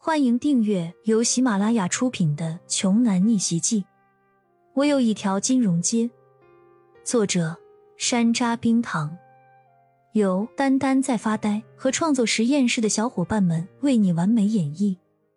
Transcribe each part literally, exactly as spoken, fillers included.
欢迎订阅由喜马拉雅出品的《穷男逆袭记》。我有一条金融街。作者：山楂冰糖，由丹丹在发呆和创作实验室的小伙伴们为你完美演绎。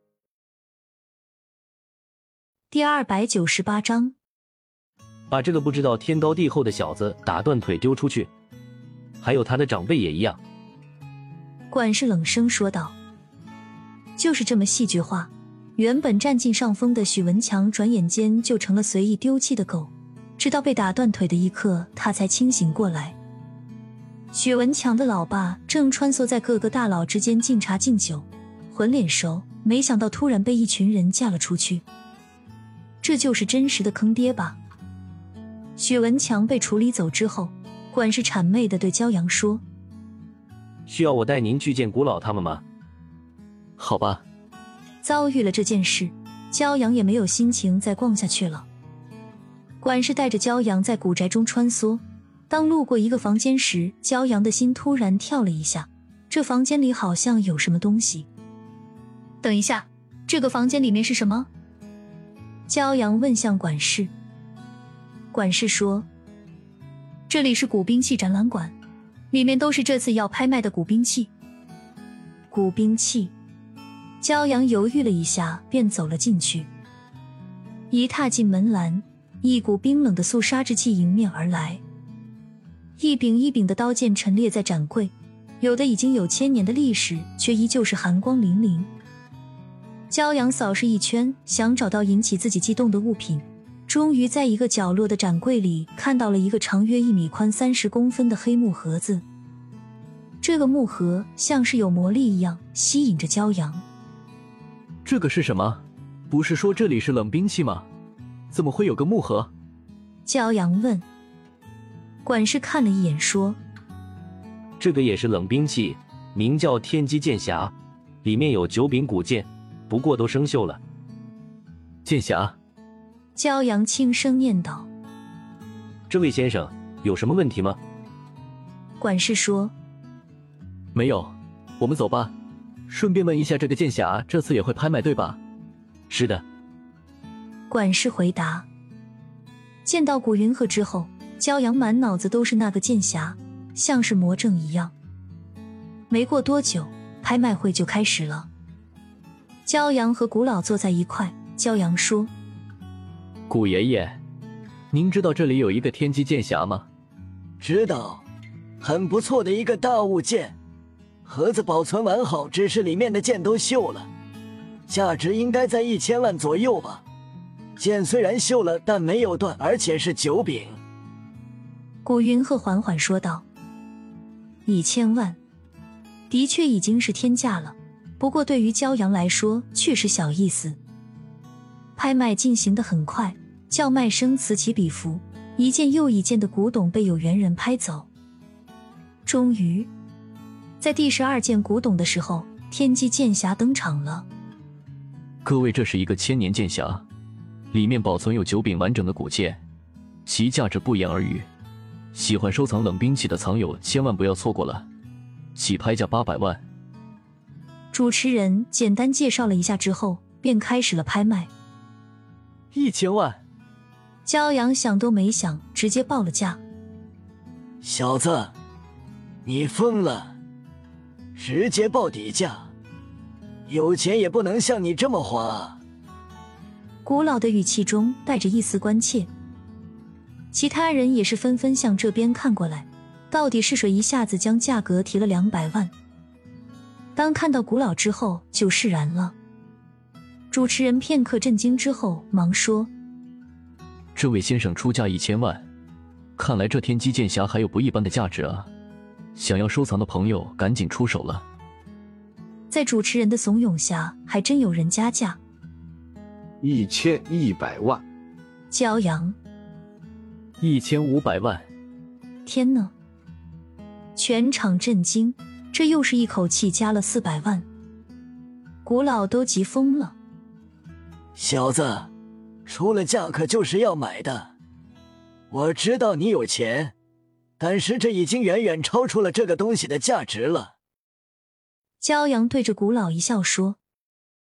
第二百九十八章， 把这个不知道天高地厚的小子打断腿丢出去，还有他的长辈也一样。 管事冷声说道。就是这么戏剧化，原本占尽上风的许文强转眼间就成了随意丢弃的狗，直到被打断腿的一刻他才清醒过来。许文强的老爸正穿梭在各个大佬之间敬茶敬酒，浑脸熟，没想到突然被一群人架了出去。这就是真实的坑爹吧。许文强被处理走之后，管事谄媚地对焦阳说， 需要我带您去见古老他们吗？ 好吧。 遭遇了这件事，焦阳也没有心情再逛下去了。管事带着焦阳在古宅中穿梭，当路过一个房间时，焦阳的心突然跳了一下，这房间里好像有什么东西。等一下，这个房间里面是什么？焦阳问向管事。管事说，这里是古兵器展览馆，里面都是这次要拍卖的古兵器。古兵器。焦阳犹豫了一下，便走了进去。一踏进门栏，一股冰冷的肃杀之气迎面而来。一柄一柄的刀剑陈列在展柜，有的已经有千年的历史，却依旧是寒光凛凛。焦阳扫视一圈，想找到引起自己激动的物品，终于在一个角落的展柜里看到了一个长约一米、宽三十公分的黑木盒子。这个木盒像是有魔力一样，吸引着焦阳。 这个是什么？不是说这里是冷兵器吗？怎么会有个木盒？ 焦阳问。管事看了一眼说， 这个也是冷兵器，名叫天机剑匣，里面有九柄古剑，不过都生锈了。 剑匣？ 焦阳轻声念道。 这位先生有什么问题吗？ 管事说， 没有，我们走吧。顺便问一下，这个剑匣这次也会拍卖对吧？ 是的。 管事回答。见到古云鹤之后，焦阳满脑子都是那个剑匣，像是魔怔一样。没过多久，拍卖会就开始了。焦阳和古老坐在一块，焦阳说， 古爷爷，您知道这里有一个天机剑匣吗？ 知道，很不错的一个大物件，盒子保存完好，只是里面的剑都锈了，价值应该在一千万左右吧。剑虽然锈了，但没有断，而且是九柄。 古云鹤缓缓说道。一千万，的确已经是天价了，不过对于焦阳来说确实小意思。拍卖进行得很快，叫卖声此起彼伏，一件又一件的古董被有缘人拍走。终于在第十二件古董的时候，天机剑匣登场了。 各位，这是一个千年剑匣，里面保存有九柄完整的古剑，其价值不言而喻。喜欢收藏冷兵器的藏友千万不要错过了，起拍价八百万。 主持人简单介绍了一下之后，便开始了拍卖。 一千万！ 焦阳想都没想，直接报了价。 小子，你疯了！直接报底价，有钱也不能像你这么花啊！ 古老的语气中带着一丝关切，其他人也是纷纷向这边看过来。到底是谁一下子将价格提了两百万？当看到古老之后，就释然了。主持人片刻震惊之后，忙说：“ 这位先生出价一千万，看来这天机剑匣还有不一般的价值啊！想要收藏的朋友赶紧出手了。” 在主持人的怂恿下，还真有人加价。 一千一百万。 焦阳。 一千五百万。 天哪！全场震惊，这又是一口气加了四百万。古老都急疯了。 小子，出了价可就是要买的。我知道你有钱，但是这已经远远超出了这个东西的价值了。 焦阳对着古老一笑说。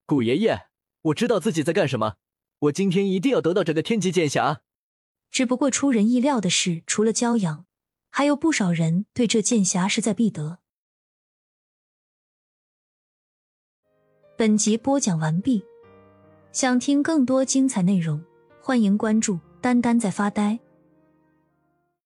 古爷爷，我知道自己在干什么，我今天一定要得到这个天级剑匣。 只不过出人意料的是，除了骄阳，还有不少人对这剑匣势在必得。本集播讲完毕，想听更多精彩内容，欢迎关注丹丹在发呆。